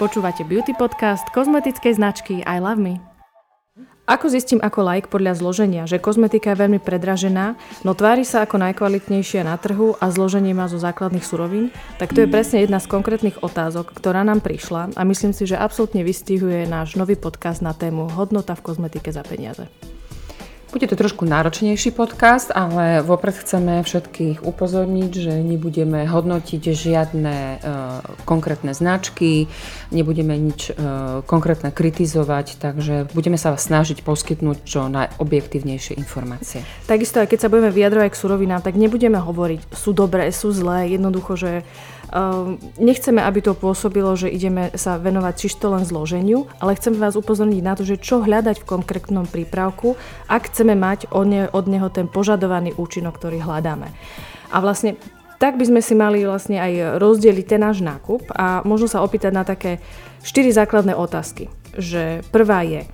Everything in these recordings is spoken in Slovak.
Počúvate beauty podcast kozmetickej značky I Love Me. Ako zistím ako laik podľa zloženia, že kozmetika je veľmi predražená, no tvári sa ako najkvalitnejšia na trhu a zloženie má zo základných surovín, tak to je presne jedna z konkrétnych otázok, ktorá nám prišla a myslím si, že absolútne vystihuje náš nový podcast na tému Hodnota v kozmetike za peniaze. Bude to trošku náročnejší podcast, ale vopred chceme všetkých upozorniť, že nebudeme hodnotiť žiadne konkrétne značky, nebudeme nič konkrétne kritizovať, takže budeme sa snažiť poskytnúť čo najobjektívnejšie informácie. Takisto aj keď sa budeme vyjadrovať k surovinám, tak nebudeme hovoriť, sú dobré, sú zlé, jednoducho, že nechceme, aby to pôsobilo, že ideme sa venovať čisto len zloženiu, ale chceme vás upozorniť na to, že čo hľadať v konkrétnom prípravku, ak chceme mať od neho ten požadovaný účinok, ktorý hľadáme. A vlastne tak by sme si mali vlastne aj rozdeliť ten náš nákup a možno sa opýtať na také 4 základné otázky. Že prvá je,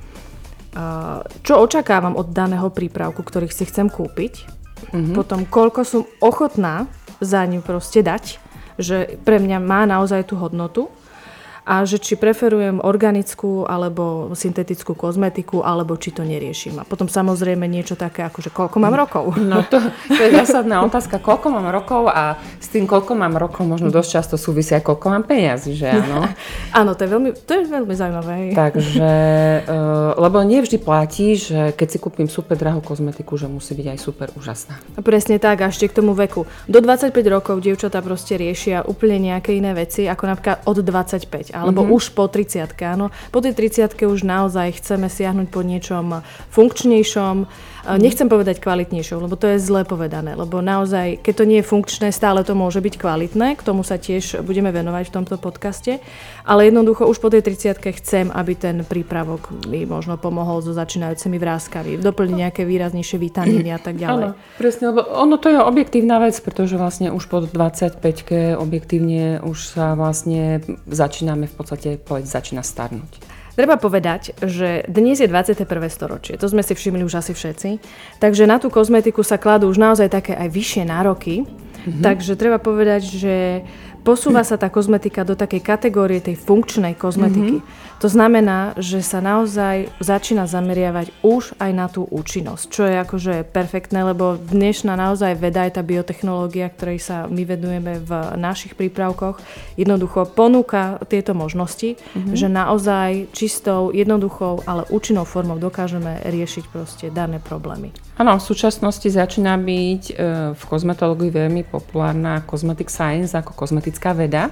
čo očakávam od daného prípravku, ktorý si chcem kúpiť, potom koľko som ochotná za ňu proste dať, že pre mňa má naozaj tú hodnotu a že či preferujem organickú alebo syntetickú kozmetiku, alebo či to neriešim. A potom samozrejme niečo také, ako že koľko mám rokov. No to je zásadná otázka, koľko mám rokov a s tým, koľko mám rokov, možno dosť často súvisí aj koľko mám peňazí, že áno? Áno, to je veľmi zaujímavé. Takže, lebo nie vždy platí, že keď si kúpim super drahú kozmetiku, že musí byť aj super úžasná. Presne tak, a ešte k tomu veku. Do 25 rokov dievčatá proste riešia úplne nejaké iné veci, ako napríklad od 25. Alebo už po 30-ke, áno. Po tej 30-ke už naozaj chceme siahnuť po niečom funkčnejšom, nechcem povedať kvalitnejšom, lebo to je zle povedané, lebo naozaj, keď to nie je funkčné, stále to môže byť kvalitné, k tomu sa tiež budeme venovať v tomto podcaste, ale jednoducho už po tej 30-ke chcem, aby ten prípravok mi možno pomohol so začínajúcimi vráskami, doplniť nejaké výraznejšie vitamíny a tak ďalej. Áno, presne, lebo ono to je objektívna vec, pretože vlastne už po 25-ke objektívne už sa vlastne začíname v podstate začína starnúť. Treba povedať, že dnes je 21. storočie, to sme si všimli už asi všetci, takže na tú kozmetiku sa kladú už naozaj také aj vyššie nároky, takže treba povedať, že posúva sa tá kozmetika do takej kategórie tej funkčnej kozmetiky. To znamená, že sa naozaj začína zameriavať už aj na tú účinnosť, čo je akože perfektné, lebo dnešná naozaj veda aj tá biotechnológia, ktorej sa my vedujeme v našich prípravkoch, jednoducho ponúka tieto možnosti, že naozaj čistou, jednoduchou, ale účinnou formou dokážeme riešiť proste dané problémy. Áno, v súčasnosti začína byť v kozmetológii veľmi populárna cosmetic science ako kozmetická veda.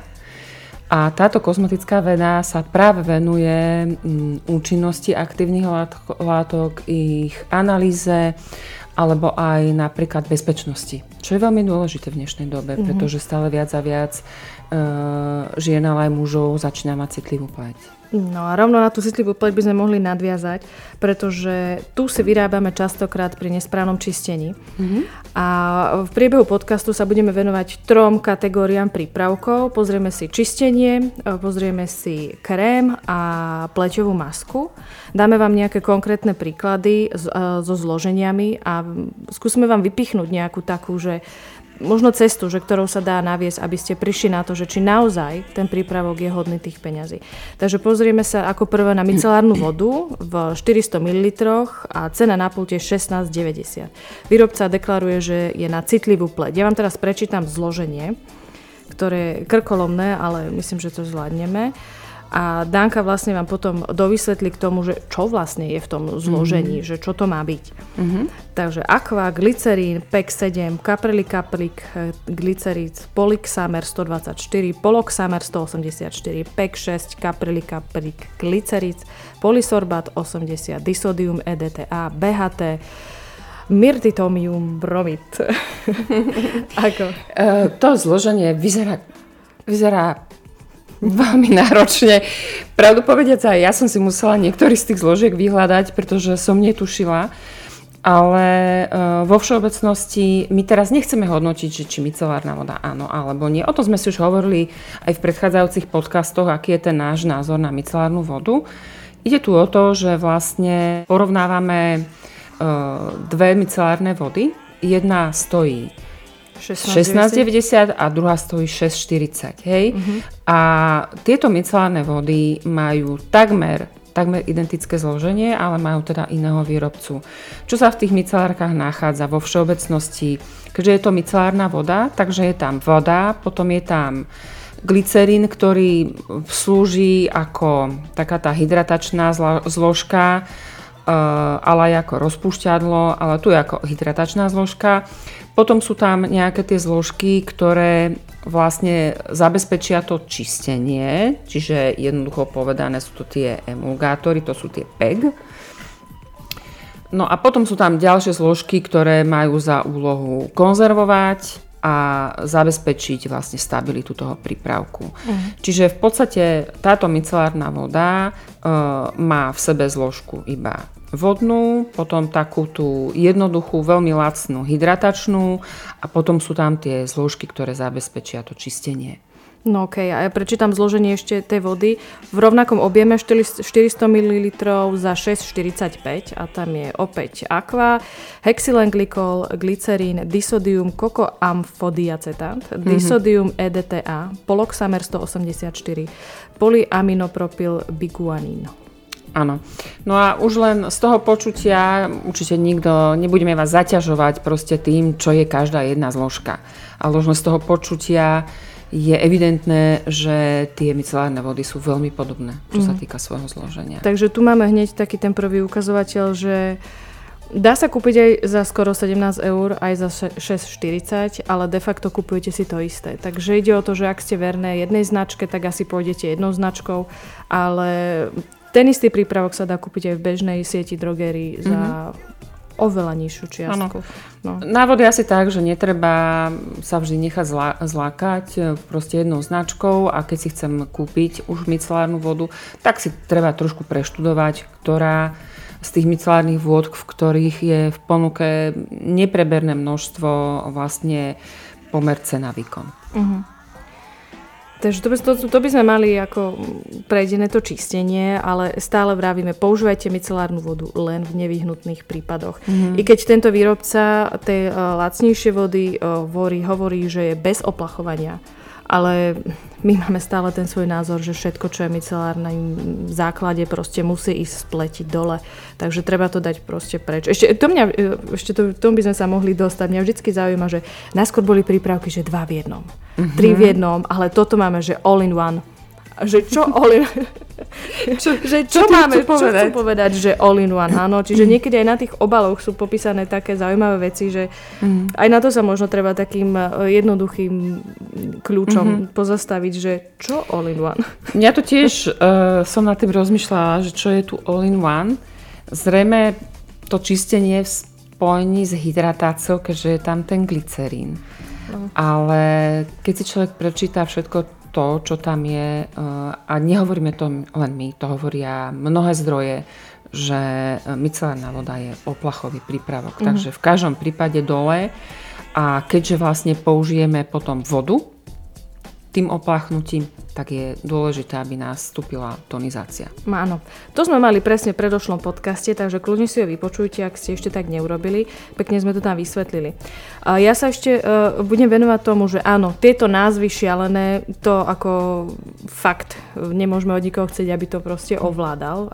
A táto kozmetická veda sa práve venuje účinnosti aktívnych látok, ich analýze alebo aj napríklad bezpečnosti. Čo je veľmi dôležité v dnešnej dobe, pretože stále viac a viac žien, ale aj mužov začína mať citlivú pleť. No a rovno na tú citlivú pleť by sme mohli nadviazať, pretože tu si vyrábame častokrát pri nesprávnom čistení. A v priebehu podcastu sa budeme venovať 3 kategóriám prípravkov. Pozrieme si čistenie, pozrieme si krém a pleťovú masku. Dáme vám nejaké konkrétne príklady so zloženiami a skúsime vám vypichnúť nejakú takú, že možno cestu, ktorou sa dá naviesť, aby ste prišli na to, že či naozaj ten prípravok je hodný tých peňazí. Takže pozrieme sa ako prvé na micelárnu vodu v 400 ml a cena na pulte 16,90. Výrobca deklaruje, že je na citlivú pleť. Ja vám teraz prečítam zloženie, ktoré je krkolomné, ale myslím, že to zvládneme. A Danka vlastne vám potom dovysvetlí k tomu, že čo vlastne je v tom zložení, že čo to má byť. Takže aqua, glycerín, PEC 7, Caprelli Caplik, glycerid, Polixamer 124, Poloxamer 184, PEC 6, Caprelli Caplik, glycerid, Polysorbat 80, Disodium EDTA, BHT, Myrtitomium bromid. Ako? To zloženie vyzerá veľmi náročne. Pravdu povediac, aj ja som si musela niektorý z tých zložiek vyhľadať, pretože som netušila. Ale vo všeobecnosti my teraz nechceme hodnotiť, že či micelárna voda áno alebo nie. O tom sme si už hovorili aj v predchádzajúcich podcastoch, aký je ten náš názor na micelárnu vodu. Ide tu o to, že vlastne porovnávame 2 micelárne vody. Jedna stojí 16,90 a druhá stojí 6,40. Hej? A tieto micelárne vody majú takmer identické zloženie, ale majú teda iného výrobcu. Čo sa v tých micelárkach nachádza vo všeobecnosti? Keďže je to micelárna voda, takže je tam voda, potom je tam glycerín, ktorý slúži ako taká tá hydratačná zložka, ale aj ako rozpúšťadlo, ale tu je ako hydratačná zložka. Potom sú tam nejaké tie zložky, ktoré vlastne zabezpečia to čistenie, čiže jednoducho povedané sú to tie emulgátory, to sú tie PEG. No a potom sú tam ďalšie zložky, ktoré majú za úlohu konzervovať a zabezpečiť vlastne stabilitu toho prípravku. Čiže v podstate táto micelárna voda má v sebe zložku iba vodnú, potom takú tú jednoduchú, veľmi lacnú hydratačnú a potom sú tam tie zložky, ktoré zabezpečia to čistenie. No okej, a ja prečítam zloženie ešte tej vody. V rovnakom objeme 400 ml za 6,45 a tam je opäť aqua, hexylenglykol, glycerín, disodium kokoamfodiacetant, disodium EDTA, poloxamer 184, polyaminopropyl biguanín. Áno. No a už len z toho počutia určite nebudeme vás zaťažovať proste tým, čo je každá jedna zložka. Ale už len z toho počutia je evidentné, že tie micelárne vody sú veľmi podobné, čo sa týka svojho zloženia. Takže tu máme hneď taký ten prvý ukazovateľ, že dá sa kúpiť aj za skoro 17 eur, aj za 6,40, ale de facto kupujete si to isté. Takže ide o to, že ak ste verné jednej značke, tak asi pôjdete jednou značkou, ale ten istý prípravok sa dá kúpiť aj v bežnej sieti drogérií za oveľa nižšiu čiastku. No. Návod je asi tak, že netreba sa vždy nechať zlákať proste jednou značkou a keď si chcem kúpiť už micelárnu vodu, tak si treba trošku preštudovať, ktorá z tých micelárnych vôd, v ktorých je v ponuke nepreberné množstvo vlastne pomer cena výkon. Takže to by sme mali ako prejdené to čistenie, ale stále vravíme, používajte micelárnu vodu len v nevyhnutných prípadoch. I keď tento výrobca tej lacnejšej vody hovorí, že je bez oplachovania, ale my máme stále ten svoj názor, že všetko, čo je micelárne v základe, proste musí ísť spletiť dole. Takže treba to dať proste preč. Tomu by sme sa mohli dostať. Mňa vždycky zaujíma, že najskôr boli prípravky, že 2 v jednom, 3 v jednom, ale toto máme, že all in one. Že čo all in čo máme povedať, že all in one, áno. Čiže niekedy aj na tých obaloch sú popísané také zaujímavé veci, že aj na to sa možno treba takým jednoduchým kľúčom pozastaviť, že čo all in one. Ja to tiež som nad tým rozmýšľala, že čo je tu all in one. Zrejme to čistenie v spojení s hydratáciou, keďže je tam ten glycerín. Ale keď si človek prečíta všetko to, čo tam je, a nehovoríme to len my, to hovoria mnohé zdroje, že micelárna voda je oplachový prípravok. Takže v každom prípade dole a keďže vlastne použijeme potom vodu tým opláchnutím, tak je dôležité, aby nás vstúpila tonizácia. Áno, to sme mali presne v predošlom podcaste, takže kľudne si ho vypočujte, ak ste ešte tak neurobili. Pekne sme to tam vysvetlili. Ja sa ešte budem venovať tomu, že áno, tieto názvy šialené, to ako fakt nemôžeme od nikoho chcieť, aby to proste ovládal.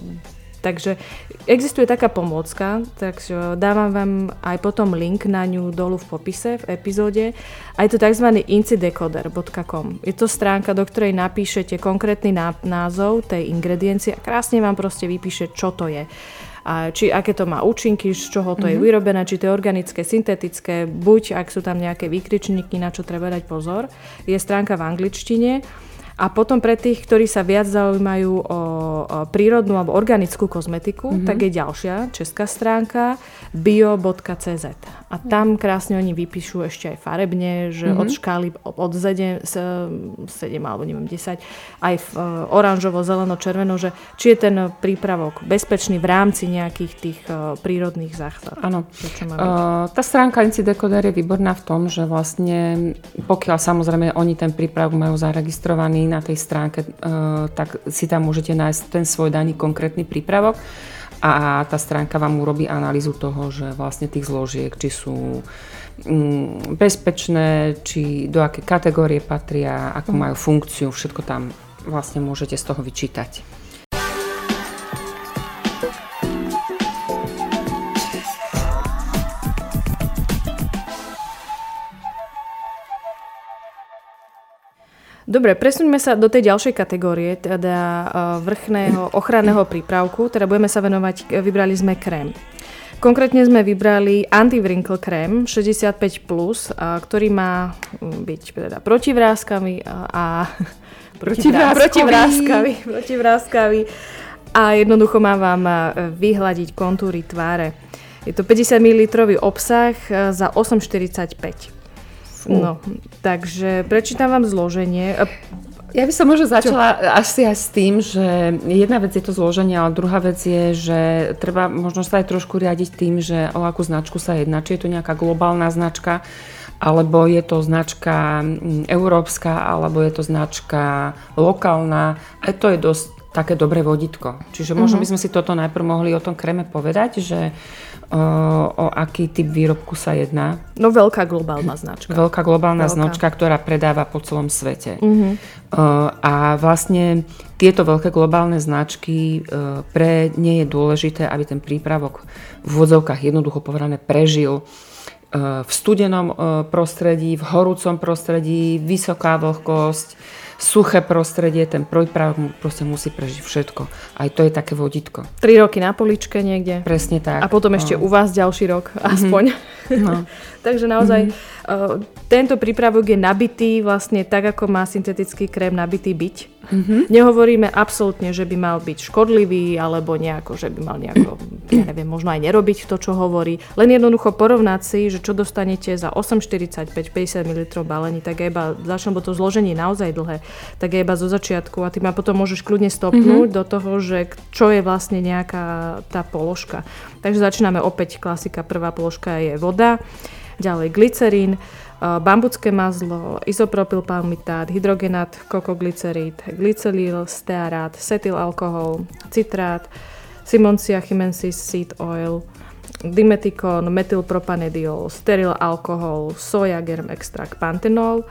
Takže existuje taká pomôcka, takže dávam vám aj potom link na ňu dolu v popise, v epizóde. A je to tzv. incidecoder.com. Je to stránka, do ktorej napíšete konkrétny názov tej ingrediencie a krásne vám proste vypíše, čo to je. A či aké to má účinky, z čoho to je vyrobené, či to je organické, syntetické, buď ak sú tam nejaké výkričníky, na čo treba dať pozor. Je stránka v angličtine. A potom pre tých, ktorí sa viac zaujímajú o prírodnú alebo organickú kozmetiku, tak je ďalšia česká stránka bio.cz. A tam krásne oni vypíšu ešte aj farebne, že od škály od 7 alebo neviem 10, aj v oranžovo, zeleno, červeno, že či je ten prípravok bezpečný v rámci nejakých tých prírodných záchvat. Áno. Tá stránka Incidecoder je výborná v tom, že vlastne pokiaľ samozrejme oni ten prípravok majú zaregistrovaný na tej stránke, tak si tam môžete nájsť ten svoj daný konkrétny prípravok. a tá stránka vám urobí analýzu toho, že vlastne tých zložiek, či sú bezpečné, či do aké kategórie patria, ako majú funkciu, všetko tam vlastne môžete z toho vyčítať. Dobre, presuňme sa do tej ďalšej kategórie, teda vrchného ochranného prípravku, teda budeme sa venovať, vybrali sme krém. Konkrétne sme vybrali anti-wrinkle krém 65+, ktorý má byť teda protivrázkavý a protivrázkavý a jednoducho má vám vyhľadiť kontúry tváre. Je to 50 ml obsah za 8,45. No, takže prečítam vám zloženie. Ja by som možno začala asi aj s tým, že jedna vec je to zloženie, ale druhá vec je, že treba možno sa aj trošku riadiť tým, že o akú značku sa jedná. Či je to nejaká globálna značka, alebo je to značka európska, alebo je to značka lokálna. Aj to je dosť také dobré vodítko. Čiže možno by sme si toto najprv mohli o tom kréme povedať, že o aký typ výrobku sa jedná. No veľká globálna značka. Veľká globálna značka, ktorá predáva po celom svete. A vlastne tieto veľké globálne značky, pre nie je dôležité, aby ten prípravok v úvodzovkách jednoducho povedané prežil v studenom prostredí, v horúcom prostredí, vysoká vlhkosť, suché prostredie, ten prípravok proste musí prežiť všetko. Aj to je také vodítko. 3 roky na poličke niekde. Presne tak. A potom ešte u vás ďalší rok, aspoň. No. Takže naozaj tento prípravok je nabitý vlastne tak, ako má syntetický krém nabitý byť. Nehovoríme absolútne, že by mal byť škodlivý, alebo nejako, že by mal nejako, ja neviem, možno aj nerobiť to, čo hovorí. Len jednoducho porovnať si, že čo dostanete za 8,45 50 ml balení, tak iba, začnem, bo to zloženie je naozaj dlhé, tak iba zo začiatku a ty ma potom môžeš kľudne stopnúť do toho, že čo je vlastne nejaká tá položka. Takže začíname opäť klasika, prvá položka je voda, ďalej glycerín, bambucké mazlo, izopropylpalmitát, hydrogenát, kokoglycerid, glyceryl, stearát, cetylalkohol, citrát, Simmondsia chimensis seed oil, dimetikon, metylpropanediol, steril alkohol, soja germ extrakt, pantenol,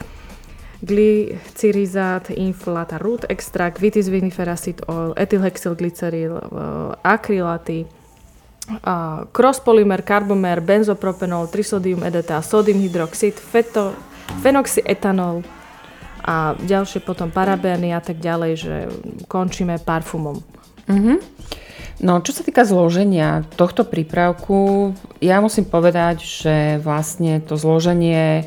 glycyrizát, inflata root extrakt, vitis vinifera seed oil, etylhexylglyceryl, akrylaty, cross-polymer, karbomer, benzopropenol, trisodium EDTA, sodium hydroxid, fenoxyetanol a ďalšie potom parabény a tak ďalej, že končíme parfumom. No, čo sa týka zloženia tohto prípravku, ja musím povedať, že vlastne to zloženie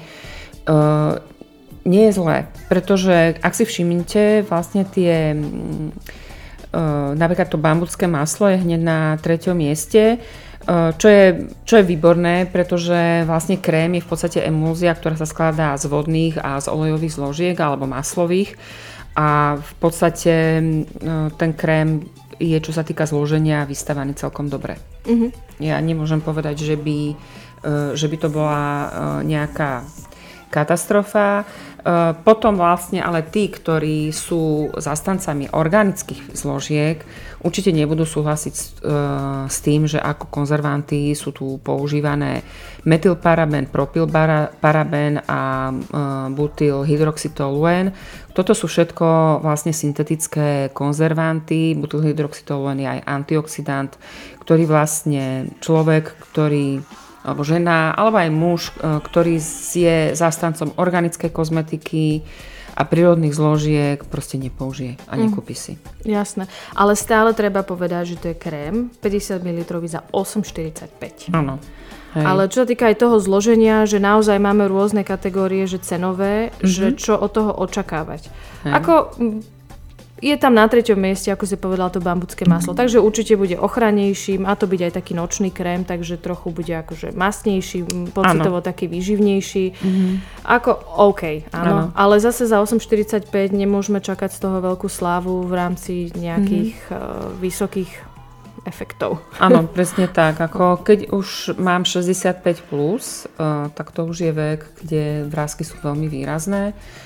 nie je zlé, pretože ak si všimnite, vlastne tie napríklad to bambucké maslo je hneď na 3. mieste, čo je výborné, pretože vlastne krém je v podstate emulzia, ktorá sa skladá z vodných a z olejových zložiek alebo maslových a v podstate ten krém je, čo sa týka zloženia, vystavaný celkom dobre. Ja nemôžem povedať, že by to bola nejaká katastrofa. Potom vlastne ale tí, ktorí sú zastancami organických zložiek, určite nebudú súhlasiť s tým, že ako konzervanty sú tu používané metylparaben, propylparaben a butylhydroxytoluen. Toto sú všetko vlastne syntetické konzervanty. Butylhydroxytoluen je aj antioxidant, ktorý vlastne človek, alebo žena, alebo aj muž, ktorý je zástancom organickej kozmetiky a prírodných zložiek, proste nepoužije a nekúpi si. Jasné, ale stále treba povedať, že to je krém 50 ml za 8,45. Áno. Ale čo sa týka aj toho zloženia, že naozaj máme rôzne kategórie, že cenové, že čo od toho očakávať. Ako je tam na 3. mieste, ako si povedala, to bambucké maslo. Takže určite bude ochrannejší, má to byť aj taký nočný krém, takže trochu bude akože masnejší, pocitovo taký výživnejší. Ako OK, áno. Ale zase za 8,45 nemôžeme čakať z toho veľkú slávu v rámci nejakých vysokých efektov. Áno, presne tak. Ako keď už mám 65+, tak to už je vek, kde vrásky sú veľmi výrazné.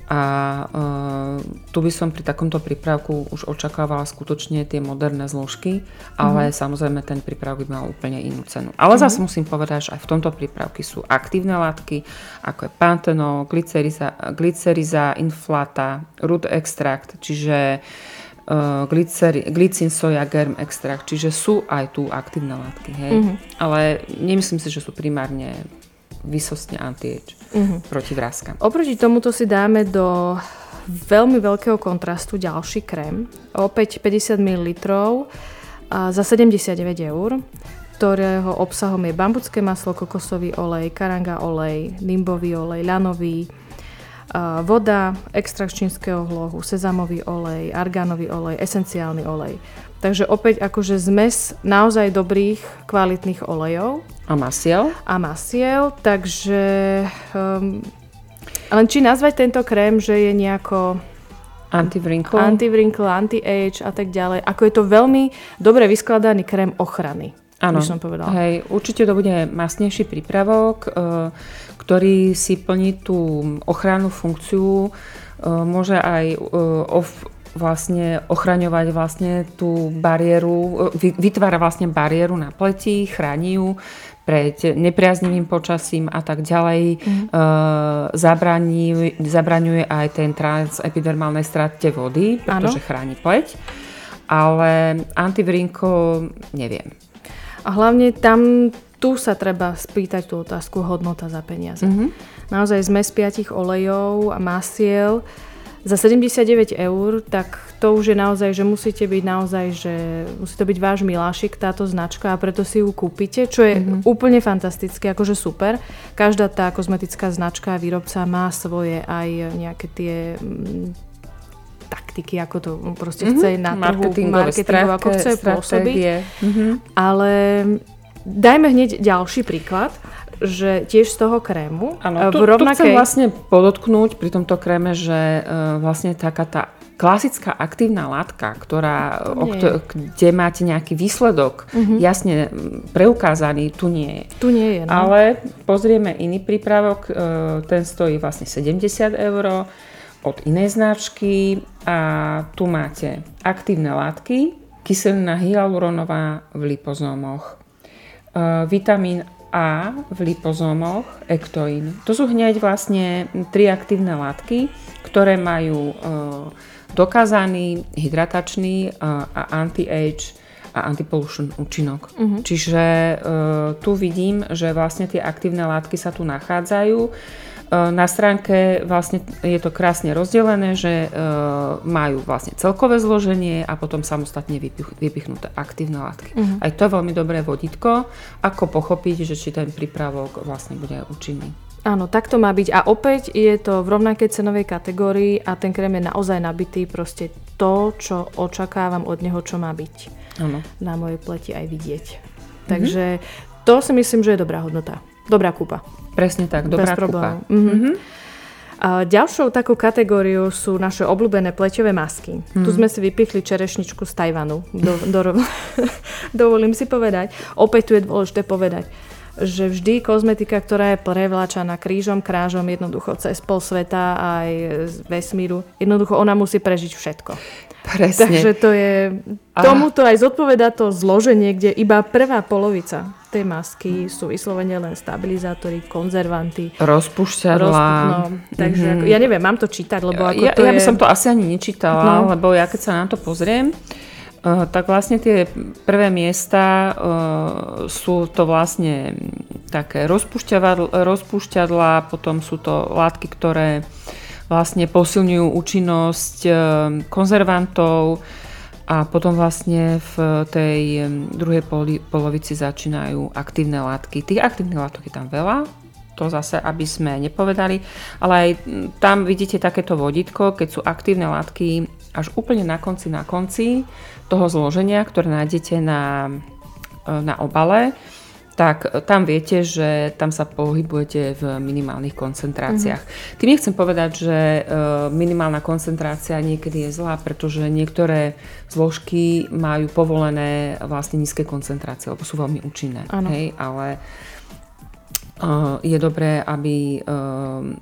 A tu by som pri takomto prípravku už očakávala skutočne tie moderné zložky, ale samozrejme ten prípravok by mal úplne inú cenu. Ale zase musím povedať, že aj v tomto prípravku sú aktívne látky, ako je pantenol, glyceriza inflata, root extract, čiže glycin, soja, germ extrakt, čiže sú aj tu aktívne látky. Hej? Ale nemyslím si, že sú primárne výsostne anti-age proti vráskam. Oproti tomuto si dáme do veľmi veľkého kontrastu ďalší krém. Opäť 50 ml za 79 €, ktorého obsahom je bambucké maslo, kokosový olej, karanga olej, nimbový olej, ľanový, voda, extrakt z čínskeho hlohu, sezamový olej, argánový olej, esenciálny olej. Takže opäť akože zmes naozaj dobrých, kvalitných olejov. A masiel. Takže len či nazvať tento krém, že je nejako anti-wrinkle, anti-age a tak ďalej. Ako je to veľmi dobre vyskladaný krém ochrany. Áno, by som povedala. Hej, určite to bude masnejší prípravok, ktorý si plní tú ochrannú funkciu, môže aj vlastne ochraňovať vlastne tú bariéru, vytvára vlastne bariéru na pleti, chráni ju pred nepriaznivým počasím a tak ďalej. Zabraňuje aj ten transepidermálnej strate vody, pretože chráni pleť. Ale anti-wrinkle neviem. A hlavne tu sa treba spýtať tú otázku hodnota za peniaze. Naozaj zmes 5 olejov a masiel za 79 €, tak to už je naozaj, že musíte byť naozaj, že musí to byť váš milášik, táto značka, a preto si ju kúpite, čo je úplne fantastické, akože super. Každá tá kozmetická značka a výrobca má svoje aj nejaké tie taktiky, ako to proste chce na trhu, marketingu, ako chce pôsobiť. Ale dajme hneď ďalší príklad, že tiež z toho krému. Áno, tu chcem vlastne podotknúť pri tomto kréme, že vlastne taká tá klasická aktívna látka, kde máte nejaký výsledok jasne preukázaný, tu nie je. Tu nie je, no. Ale pozrieme iný prípravok, ten stojí vlastne 70 € od inej značky a tu máte aktívne látky, kyselina hyaluronová v lipozómoch, vitamín A v lipozómoch, ektoín. To sú hneď vlastne 3 aktívne látky, ktoré majú dokázaný hydratačný a anti-age a anti-pollution účinok. Čiže tu vidím, že vlastne tie aktívne látky sa tu nachádzajú. Na stránke vlastne je to krásne rozdelené, že majú vlastne celkové zloženie a potom samostatne vypichnuté aktívne látky. Aj to je veľmi dobré vodítko, ako pochopiť, že či ten prípravok vlastne bude účinný. Áno, tak to má byť. A opäť je to v rovnakej cenovej kategórii a ten krém je naozaj nabitý, proste to, čo očakávam od neho, čo má byť. Áno. Na mojej pleti aj vidieť. Takže to si myslím, že je dobrá hodnota. Dobrá kúpa. Presne tak, dobrá kúpa. A ďalšou takou kategóriou sú naše obľúbené pleťové masky. Tu sme si vypichli čerešničku z Tajvanu. Dovolím si povedať. Opäť tu je dôležité povedať, že vždy kozmetika, ktorá je prevláčaná krížom, krážom, jednoducho cez pol sveta aj z vesmíru, jednoducho ona musí prežiť všetko. Presne. Takže to je, tomuto aj zodpovedá to zloženie, kde iba prvá polovica tej masky sú vyslovene len stabilizátory, konzervanty. Rozpúšťadlá. Takže ja neviem, mám to čítať, lebo ako to ja by som to asi ani nečítala, lebo ja keď sa na to pozriem, tak vlastne tie prvé miesta sú to vlastne také rozpúšťadlá, potom sú to látky, ktoré vlastne posilňujú účinnosť konzervantov a potom vlastne v tej druhej polovici začínajú aktívne látky. Tých aktívnych látok je tam veľa, to zase, aby sme nepovedali, ale aj tam vidíte takéto vodítko, keď sú aktívne látky až úplne na konci toho zloženia, ktoré nájdete na obale, tak tam viete, že tam sa pohybujete v minimálnych koncentráciách. Tým nechcem povedať, že minimálna koncentrácia niekedy je zlá, pretože niektoré zložky majú povolené vlastne nízke koncentrácie, lebo sú veľmi účinné. Hej? Ale je dobré, aby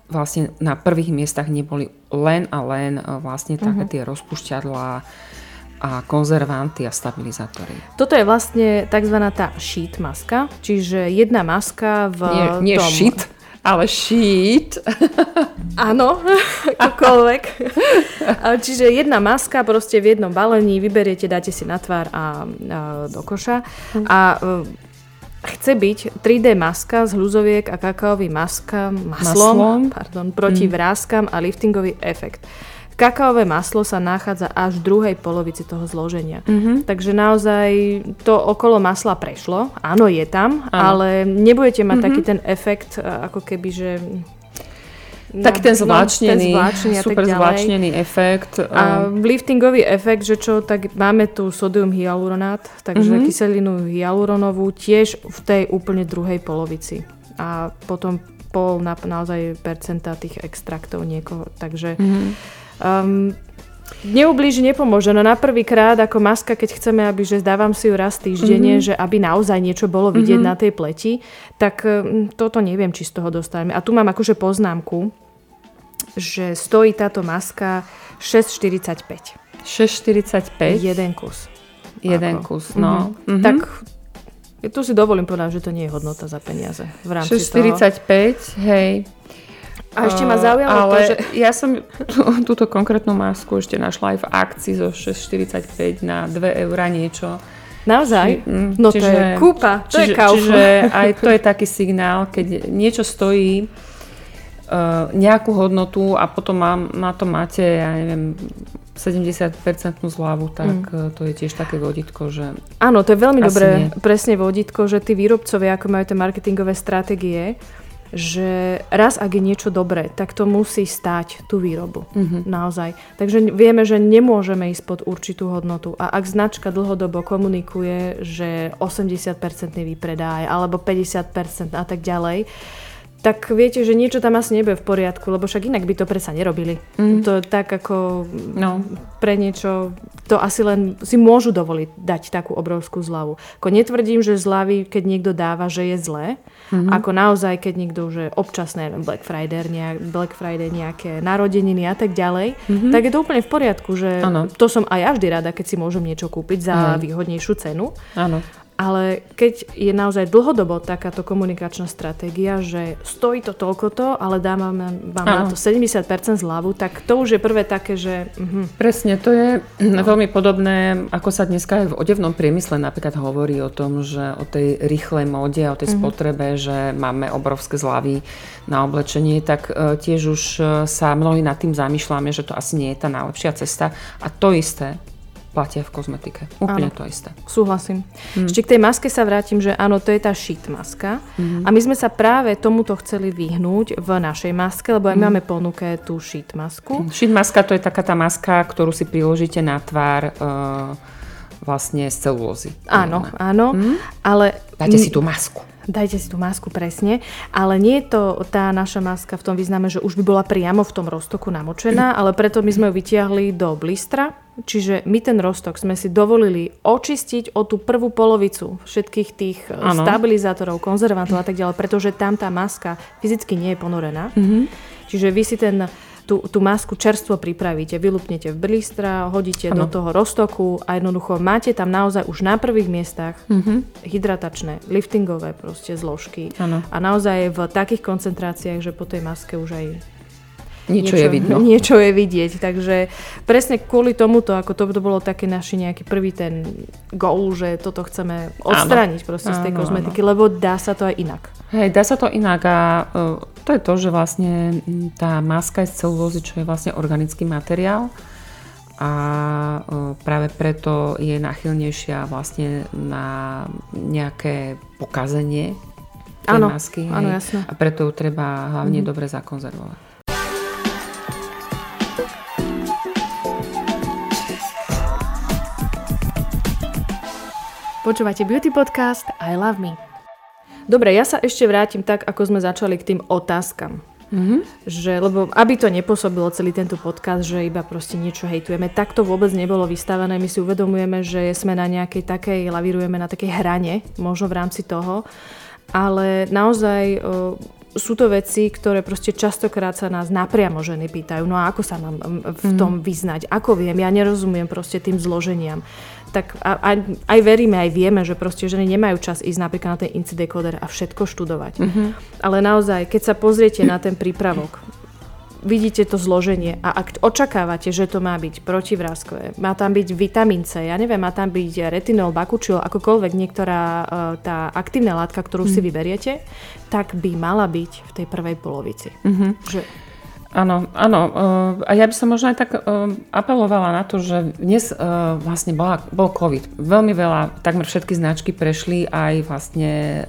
vlastne na prvých miestach neboli len a len vlastne také tie rozpušťadlá a konzervanty a stabilizátory. Toto je vlastne takzvaná tá sheet maska, čiže jedna maska v nie tom... sheet, ale sheet. Áno, akokoľvek. Čiže jedna maska proste v jednom balení, vyberiete, dáte si na tvár a do koša. A chce byť 3D maska z hľuzoviek a kakaovým maslom proti vráskam a liftingový efekt. Kakaové maslo sa nachádza až v druhej polovici toho zloženia. Takže naozaj to okolo masla prešlo. Áno, je tam, ale nebudete mať taký ten efekt, ako keby, že... Tak ten zvláčnený, super zvláčnený efekt. A liftingový efekt, že čo, tak máme tu sodium hyaluronát, takže kyselinu hyaluronovú tiež v tej úplne druhej polovici. A potom naozaj percenta tých extraktov niekoho. Takže... neublíži, nepomôže. No na prvýkrát ako maska, keď chceme, aby že dávam si ju raz týždenne, že aby naozaj niečo bolo vidieť na tej pleti, tak toto neviem, či z toho dostaneme. A tu mám akože poznámku, že stojí táto maska 6,45. 6,45? Jeden kus. Jeden kus, no. Tak tu si dovolím povedať, že to nie je hodnota za peniaze. V rámci 6,45, hej. A ešte ma zaujalo ale to, že... ja som túto konkrétnu masku ešte našla aj v akcii zo 6,45 na 2 € niečo. Naozaj? No to je kúpa, to je kauf. Čiže aj to je taký signál, keď niečo stojí nejakú hodnotu a potom na to máte, ja neviem, 70% zľavu, tak to je tiež také vodítko, že... Áno, to je veľmi dobré, presne vodítko, že tí výrobcovia, ako majú tie marketingové stratégie, že raz, ak je niečo dobré, tak to musí stáť tú výrobu. Naozaj. Takže vieme, že nemôžeme ísť pod určitú hodnotu. A ak značka dlhodobo komunikuje, že 80% výpredaj alebo 50% a tak ďalej, tak viete, že niečo tam asi nebude v poriadku, lebo však inak by to predsa nerobili. To tak ako pre niečo, to asi len si môžu dovoliť dať takú obrovskú zľavu. Ako netvrdím, že zľavy, keď niekto dáva, že je zlé, ako naozaj, keď niekto, že občasné Black Friday, nejaké narodeniny a tak ďalej, tak je to úplne v poriadku, že to som aj ja vždy rada, keď si môžem niečo kúpiť za výhodnejšiu cenu. Áno. Ale keď je naozaj dlhodobo takáto komunikačná stratégia, že stojí to toľkoto, ale dám vám na to 70% zľavu, tak to už je prvé také, že... Presne, to je veľmi podobné, ako sa dneska aj v odevnom priemysle napríklad hovorí o tom, že o tej rýchlej móde, o tej spotrebe, že máme obrovské zľavy na oblečenie, tak tiež už sa mnohí nad tým zamýšľame, že to asi nie je tá najlepšia cesta. A to isté platia v kozmetike. Úplne to isté. Súhlasím. Ešte k tej maske sa vrátim, že áno, to je tá sheet maska. A my sme sa práve tomuto chceli vyhnúť v našej maske, lebo aj máme ponuke tú sheet masku. Sheet maska to je taká tá maska, ktorú si priložíte na tvár vlastne z celulózy. Áno, ale... Dáte si tú masku. Dajte si tú masku, presne. Ale nie je to tá naša maska v tom význame, že už by bola priamo v tom roztoku namočená, ale preto my sme ju vytiahli do blistra. Čiže my ten roztok sme si dovolili očistiť o tú prvú polovicu všetkých tých stabilizátorov, konzervantov a tak ďalej, pretože tam tá maska fyzicky nie je ponorená. Čiže vy si tú masku čerstvo pripravíte, vylupnete v blistra, hodíte do toho roztoku a jednoducho máte tam naozaj už na prvých miestach hydratačné, liftingové proste zložky. A naozaj v takých koncentráciách, že po tej maske už aj niečo je vidno. Niečo je vidieť. Takže presne kvôli tomuto, ako to bolo taký náš nejaký prvý ten goal, že toto chceme odstrániť proste z tej kozmetiky, lebo dá sa to aj inak. Hej, dá sa to inak a to je to, že vlastne tá maska je z celulózy, čo je vlastne organický materiál a práve preto je náchylnejšia vlastne na nejaké pokazenie tej masky. Áno, jasné. A preto ju treba hlavne dobre zakonzervovať. Počúvate Beauty Podcast I Love Me. Dobre, ja sa ešte vrátim tak, ako sme začali k tým otázkam. Lebo aby to nepôsobilo celý tento podcast, že iba proste niečo hejtujeme, tak to vôbec nebolo vystavené. My si uvedomujeme, že sme na nejakej takej, lavírujeme na takej hrane, možno v rámci toho. Ale naozaj sú to veci, ktoré proste častokrát sa nás napriamo ženy pýtajú, no a ako sa mám v tom vyznať, ako viem, ja nerozumiem proste tým zloženiam. Tak aj veríme, aj vieme, že proste ženy nemajú čas ísť napríklad na ten INCI-dekoder a všetko študovať. Ale naozaj, keď sa pozriete na ten prípravok, vidíte to zloženie a ak očakávate, že to má byť protivrázkové, má tam byť vitamín C, ja neviem, má tam byť retinol, bakučil, akokoľvek niektorá tá aktívna látka, ktorú si vyberiete, tak by mala byť v tej prvej polovici. Áno. A ja by som možno aj tak apelovala na to, že dnes vlastne bol COVID. Veľmi veľa, takmer všetky značky prešli aj vlastne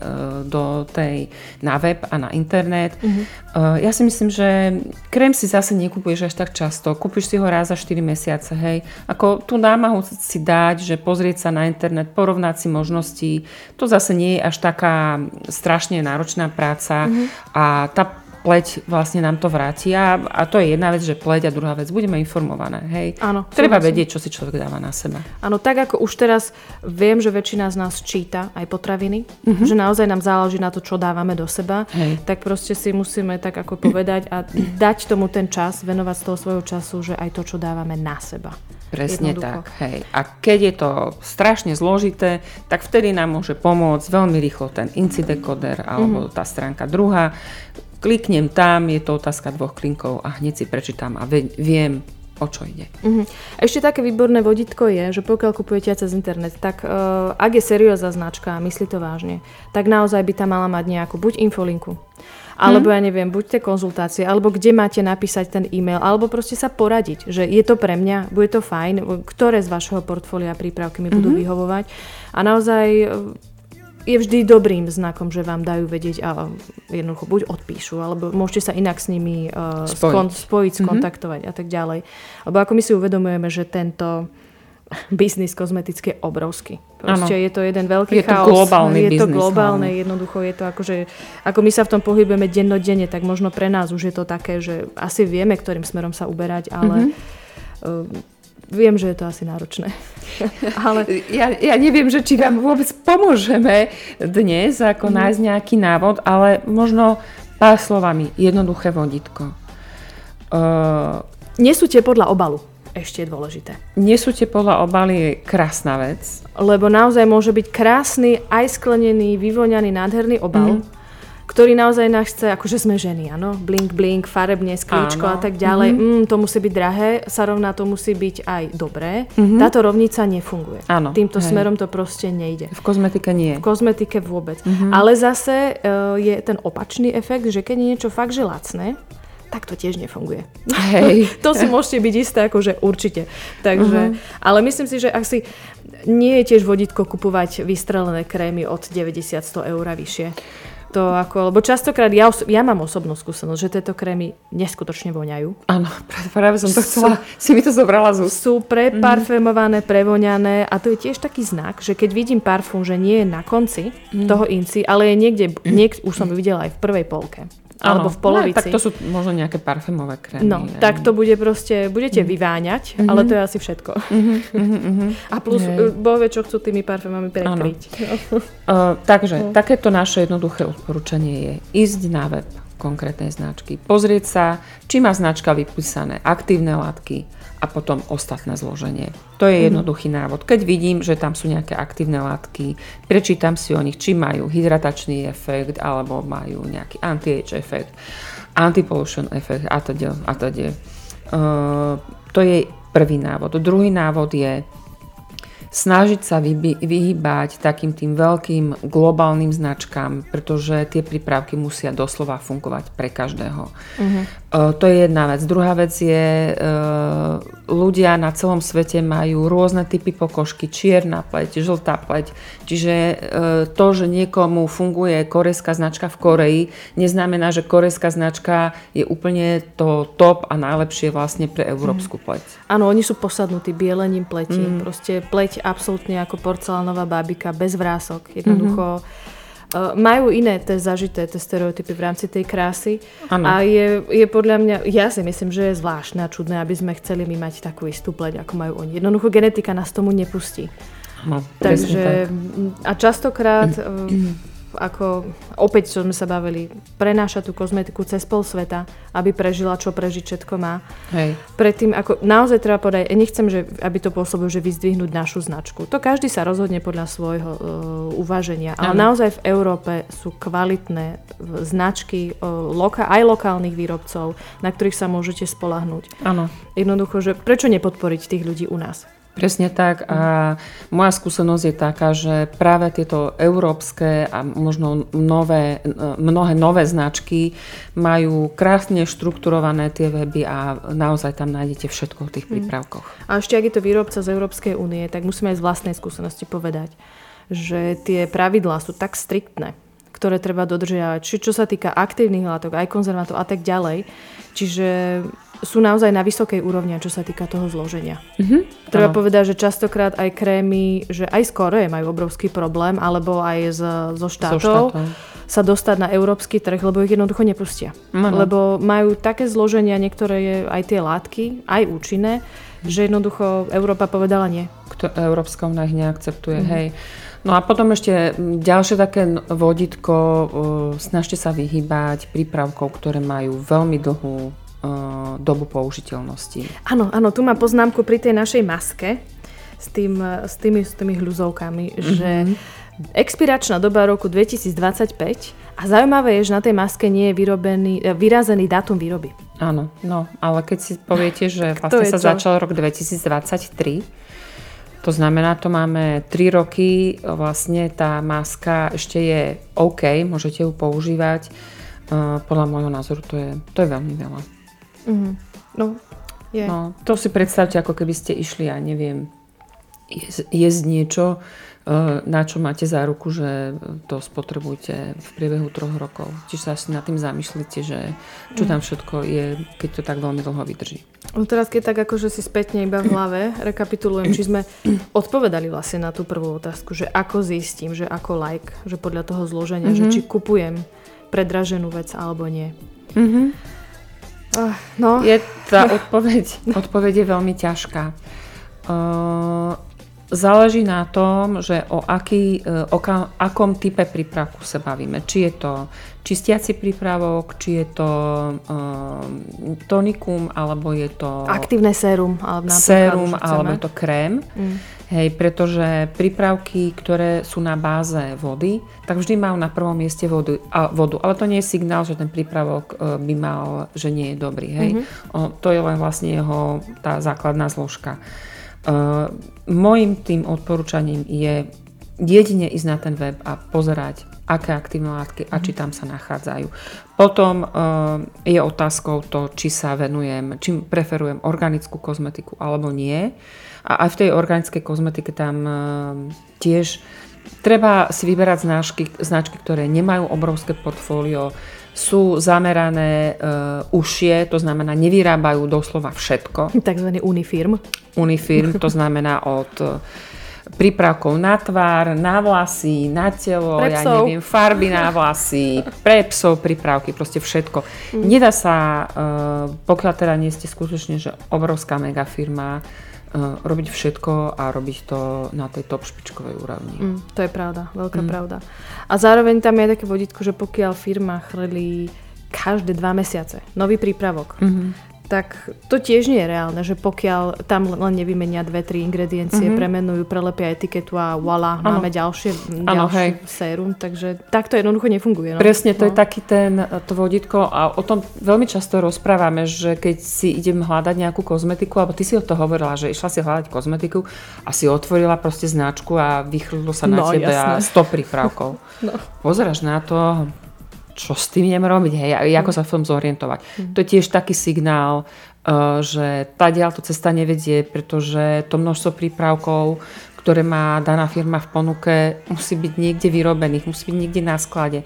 na web a na internet. Ja si myslím, že krém si zase nekupuješ až tak často. Kúpiš si ho raz za 4 mesiace, hej. Ako tú námahu si dať, že pozrieť sa na internet, porovnať si možnosti. To zase nie je až taká strašne náročná práca a tá pleť vlastne nám to vráti a to je jedna vec, že pleť a druhá vec, budeme informované, hej. Áno. Treba vedieť, čo si človek dáva na seba. Áno, tak ako už teraz viem, že väčšina z nás číta aj potraviny, že naozaj nám záleží na to, čo dávame do seba, tak proste si musíme tak ako povedať a dať tomu ten čas, venovať z toho svojho času, že aj to, čo dávame na seba. Presne tak, hej. A keď je to strašne zložité, tak vtedy nám môže pomôcť veľmi rýchlo ten INCI-dekoder alebo tá stránka druhá. Kliknem tam, je to otázka 2 klinkov a hneď si prečítam a viem, o čo ide. Ešte také výborné vodítko je, že pokiaľ kupujete cez internet, tak ak je seriózna značka a myslí to vážne, tak naozaj by tam mala mať nejakú buď infolinku, alebo ja neviem, buď tie konzultácie, alebo kde máte napísať ten e-mail, alebo proste sa poradiť, že je to pre mňa, bude to fajn, ktoré z vašeho portfólia prípravky mi budú vyhovovať. A naozaj je vždy dobrým znakom, že vám dajú vedieť a jednoducho buď odpíšu, alebo môžete sa inak s nimi spojiť, skontaktovať a tak ďalej. Lebo ako my si uvedomujeme, že tento biznis kozmetický je obrovský. Proste je to jeden veľký chaos. Je to globálne, jednoducho je to akože, ako my sa v tom pohybujeme dennodenne, tak možno pre nás už je to také, že asi vieme, ktorým smerom sa uberať, ale viem, že je to asi náročné. Ale ja neviem, že či vám vôbec pomôžeme dnes ako nájsť nejaký návod, ale možno pár slovami, jednoduché vodítko. Nesúďte podľa obalu. Ešte je dôležité. Nesúďte podľa obalu je krásna vec. Lebo naozaj môže byť krásny, aj sklenený, vyvoňaný, nádherný obal, ktorý naozaj nás chce, akože sme ženy, áno, blink, blink, farebne, sklíčko a tak ďalej. To musí byť drahé, sa rovná to musí byť aj dobré. Táto rovnica nefunguje. Týmto smerom to proste nejde. V kozmetike nie. V kozmetike vôbec. Ale zase je ten opačný efekt, že keď je niečo fakt, že lacné, tak to tiež nefunguje. Hej. To si môžete byť isté, akože určite. Takže, ale myslím si, že ak si nie je tiež vodítko kupovať vystrelené krémy od 90-100 eur a vyššie. To ako, lebo častokrát ja mám osobnú skúsenosť, že tieto krémy neskutočne voňajú. Áno, práve som to chcela, si mi to zobrala z úst. Sú preparfumované, prevoňané a to je tiež taký znak, že keď vidím parfum, že nie je na konci toho INCI, ale je niekde, už som videla aj v prvej polke. Alebo v polovici. Tak to sú možno nejaké parfumové krémy. No, tak to bude proste, budete vyváňať, ale to je asi všetko. A plus, Boh vie, čo chcú tými parfumami prekryť. Takže, takéto naše jednoduché odporúčanie je ísť na web konkrétnej značky, pozrieť sa, či má značka vypísané aktívne látky a potom ostatné zloženie. To je jednoduchý návod. Keď vidím, že tam sú nejaké aktívne látky, prečítam si o nich, či majú hydratačný efekt, alebo majú nejaký anti-age efekt, anti-pollution efekt a teda. To je prvý návod. Druhý návod je snažiť sa vyhýbať takým tým veľkým globálnym značkám, pretože tie prípravky musia doslova fungovať pre každého. To je jedna vec. Druhá vec je, ľudia na celom svete majú rôzne typy pokožky, čierna pleť, žltá pleť. Čiže to, že niekomu funguje korejská značka v Koreji, neznamená, že korejská značka je úplne to top a najlepšie vlastne pre európsku pleť. Áno, oni sú posadnutí bielením pleti. Proste pleť absolútne ako porcelánová bábika, bez vrások. Jednoducho majú iné zažité stereotypy v rámci tej krásy. Ano. A je podľa mňa, ja si myslím, že je zvláštne a čudné, aby sme chceli my mať takú istú pleť, ako majú oni. Jednoducho genetika nás tomu nepustí. No, takže, a častokrát ako opäť, čo sme sa bavili, prenáša tú kozmetiku cez pol sveta, aby prežila, čo prežiť všetko má. Hej. Predtým, ako naozaj treba povedať, nechcem, že, aby to pôsobilo, že vyzdvihnúť našu značku. To každý sa rozhodne podľa svojho uváženia. Ale naozaj v Európe sú kvalitné značky aj lokálnych výrobcov, na ktorých sa môžete spoľahnúť. Áno. Jednoducho, že prečo nepodporiť tých ľudí u nás? Presne tak a moja skúsenosť je taká, že práve tieto európske a možno mnohé nové značky majú krásne štrukturované tie weby a naozaj tam nájdete všetko v tých prípravkoch. A ešte ak je to výrobca z Európskej únie, tak musíme aj z vlastnej skúsenosti povedať, že tie pravidlá sú tak striktné, ktoré treba dodržiavať, čo sa týka aktívnych látok, aj konzervantov a tak ďalej. Čiže sú naozaj na vysokej úrovni, čo sa týka toho zloženia. Treba povedať, že častokrát aj krémy, že aj z Kórey majú obrovský problém, alebo aj zo štátov sa dostať na európsky trh, lebo ich jednoducho nepustia. Lebo majú také zloženia, niektoré aj tie látky, aj účinné, že jednoducho Európa povedala nie. Európska únia ich neakceptuje, hej. No a potom ešte ďalšie také vodítko, snažte sa vyhýbať prípravkov, ktoré majú veľmi dlhú dobu použiteľnosti. Áno, tu mám poznámku pri tej našej maske s tými hľuzovkami, že expiračná doba roku 2025 a zaujímavé je, že na tej maske nie je vyrazený dátum výroby. Áno, no, ale keď si poviete, že vlastne sa začal rok 2023, to znamená, to máme 3 roky, vlastne tá maska ešte je OK, môžete ju používať. Podľa môjho názoru to je veľmi veľa. No, to si predstavte, ako keby ste išli, ja neviem, jesť niečo, na čo máte záruku, že to spotrebujete v priebehu 3 rokov. Čiže sa asi nad tým zamyslíte, že čo tam všetko je, keď to tak veľmi dlho vydrží. No teraz, keď tak akože si spätne iba v hlave rekapitulujem, či sme odpovedali vlastne na tú prvú otázku, že ako zistím, že ako že podľa toho zloženia, že či kupujem predraženú vec alebo nie. No. Tá odpoveď je veľmi ťažká. Záleží na tom, že o akom type prípravku sa bavíme. Či je to čistiaci prípravok, či je to tonikum, alebo je to aktívne sérum, alebo je to krém. Hej, pretože prípravky, ktoré sú na báze vody, tak vždy majú na prvom mieste vodu. Ale to nie je signál, že ten prípravok by mal, že nie je dobrý. Hej. To je len vlastne tá základná zložka. Mojím tým odporúčaním je jedine ísť na ten web a pozerať, aké aktívne látky a či tam sa nachádzajú. Potom je otázkou to, či preferujem organickú kozmetiku alebo nie. A aj v tej organickej kozmetike tam tiež treba si vyberať značky, ktoré nemajú obrovské portfólio, sú zamerané užšie, to znamená nevyrábajú doslova všetko. Takzvaný Unifirm. Unifirm, to znamená od prípravkov na tvár, na vlasy, na telo, farby na vlasy, pre psov prípravky, proste všetko. Nedá sa, pokiaľ teda nie ste skutočne, že obrovská mega firma, robiť všetko a robiť to na tej top špičkovej úrovni. To je pravda, veľká pravda. A zároveň tam je také vodítko, že pokiaľ firma chrlí každé 2 mesiace nový prípravok, tak to tiež nie je reálne, že pokiaľ tam len nevymenia 2-3 ingrediencie, premenujú, prelepia etiketu a voilà, máme ďalšie sérum, takže takto jednoducho nefunguje. No? Presne, to je taký to vodítko a o tom veľmi často rozprávame, že keď si idem hľadať nejakú kozmetiku, alebo ty si o to hovorila, že išla si hľadať kozmetiku a si otvorila proste značku a vychrlilo sa na tebe a 100 prípravkov. Pozeráš na to, čo s tým idem robiť, ako sa v tom zorientovať. To je tiež taký signál, že tadiaľ to cesta nevedie, pretože to množstvo prípravkov, ktoré má daná firma v ponuke, musí byť niekde vyrobených, musí byť niekde na sklade.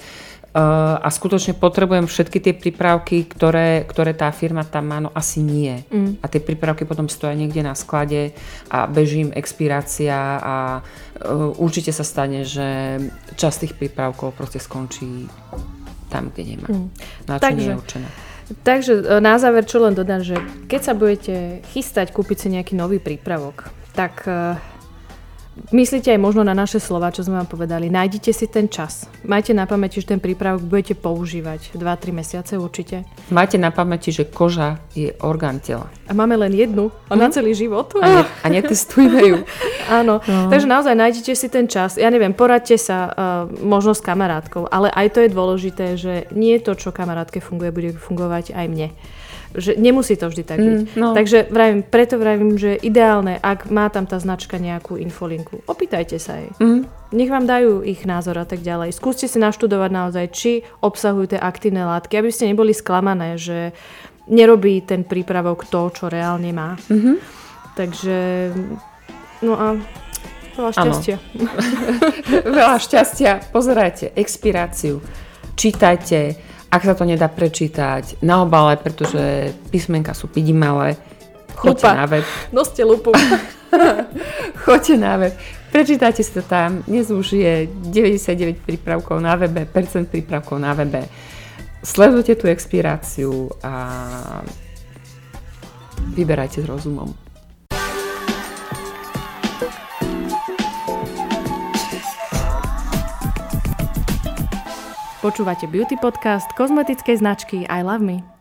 A skutočne potrebujem všetky tie prípravky, ktoré tá firma tam má, no asi nie. A tie prípravky potom stoja niekde na sklade a beží im expirácia a určite sa stane, že časť tých prípravkov proste skončí tam, kde nemá. Na čo nie je určené. Takže na záver čo len dodám, že keď sa budete chystať kúpiť si nejaký nový prípravok, tak myslíte aj možno na naše slova, čo sme vám povedali. Nájdite si ten čas. Majte na pamäti, že ten prípravok budete používať 2-3 mesiace určite. Majte na pamäti, že koža je orgán tela. A máme len jednu na celý život. A netestujme ju. Áno, takže naozaj nájdete si ten čas. Ja neviem, poradte sa možno s kamarátkou, ale aj to je dôležité, že nie to, čo kamarátke funguje, bude fungovať aj mne. Že nemusí to vždy tak byť. Takže preto vravím, že ideálne, ak má tam tá značka nejakú infolinku, opýtajte sa jej. Nech vám dajú ich názor a tak ďalej. Skúste si naštudovať naozaj, či obsahujú tie aktívne látky, aby ste neboli sklamané, že nerobí ten prípravok to, čo reálne má. Takže, no a veľa šťastia. Veľa šťastia. Pozerajte expiráciu, čítajte. Ak sa to nedá prečítať na obale, pretože písmenka sú pidimalé, choďte na web. Noste lupu. Choďte na web. Prečítajte si to tam. Dnes už je 99 prípravkov na webe, percent prípravkov na webe. Sledujte tú expiráciu a vyberajte s rozumom. Počúvate beauty podcast kozmetickej značky I Love Me.